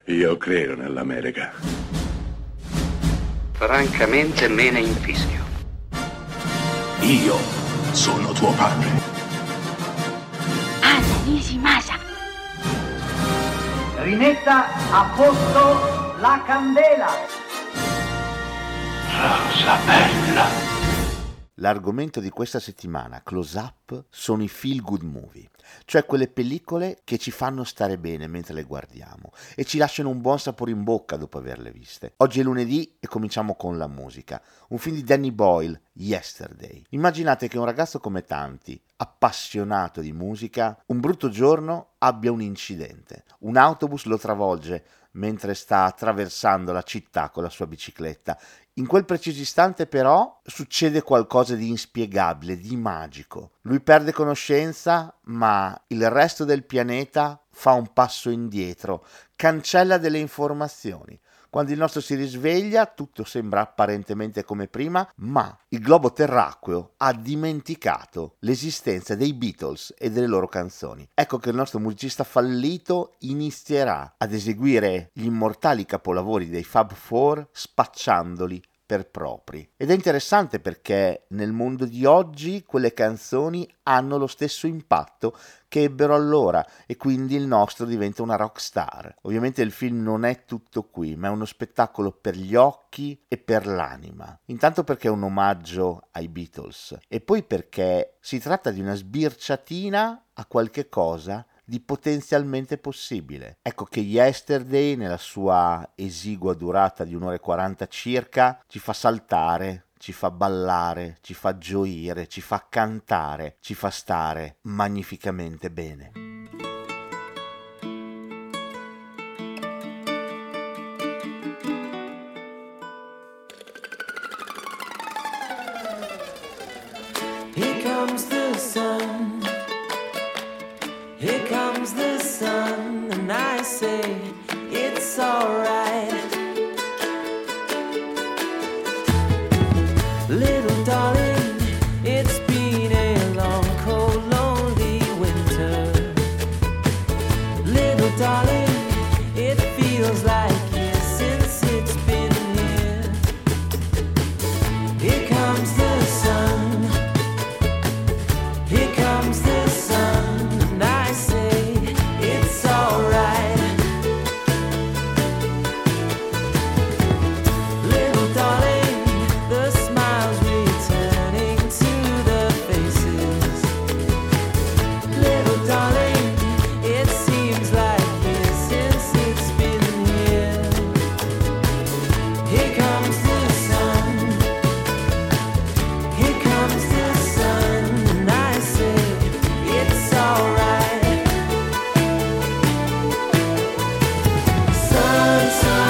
Io credo nell'America. Francamente me ne infischio. Io sono tuo padre. Anna Nishimasa. Rimetta a posto la candela. Rosa bella. L'argomento di questa settimana, Close Up, sono i feel good movie, cioè quelle pellicole che ci fanno stare bene mentre le guardiamo e ci lasciano un buon sapore in bocca dopo averle viste. Oggi è lunedì e cominciamo con la musica. Un film di Danny Boyle, Yesterday. Immaginate che un ragazzo come tanti, appassionato di musica, un brutto giorno abbia un incidente. Un autobus lo travolge mentre sta attraversando la città con la sua bicicletta. In quel preciso istante però succede qualcosa di inspiegabile, di magico. Lui perde conoscenza, ma il resto del pianeta fa un passo indietro, cancella delle informazioni. Quando il nostro si risveglia, tutto sembra apparentemente come prima, ma il globo terracqueo ha dimenticato l'esistenza dei Beatles e delle loro canzoni. Ecco che il nostro musicista fallito inizierà ad eseguire gli immortali capolavori dei Fab Four spacciandoli per propri. Ed è interessante perché nel mondo di oggi quelle canzoni hanno lo stesso impatto che ebbero allora e quindi il nostro diventa una rock star. Ovviamente il film non è tutto qui, ma è uno spettacolo per gli occhi e per l'anima. Intanto perché è un omaggio ai Beatles e poi perché si tratta di una sbirciatina a qualche cosa di potenzialmente possibile. Ecco che Yesterday, nella sua esigua durata di 1 ora e 40 circa, ci fa saltare, ci fa ballare, ci fa gioire, ci fa cantare, ci fa stare magnificamente bene. Here comes the sun. Here comes the sun, and I say it's alright. Little darling, it's been a long, cold, lonely winter. Little darling, it feels like years since it's been here. Here comes the sun. Here comes the sun. Sun, sun.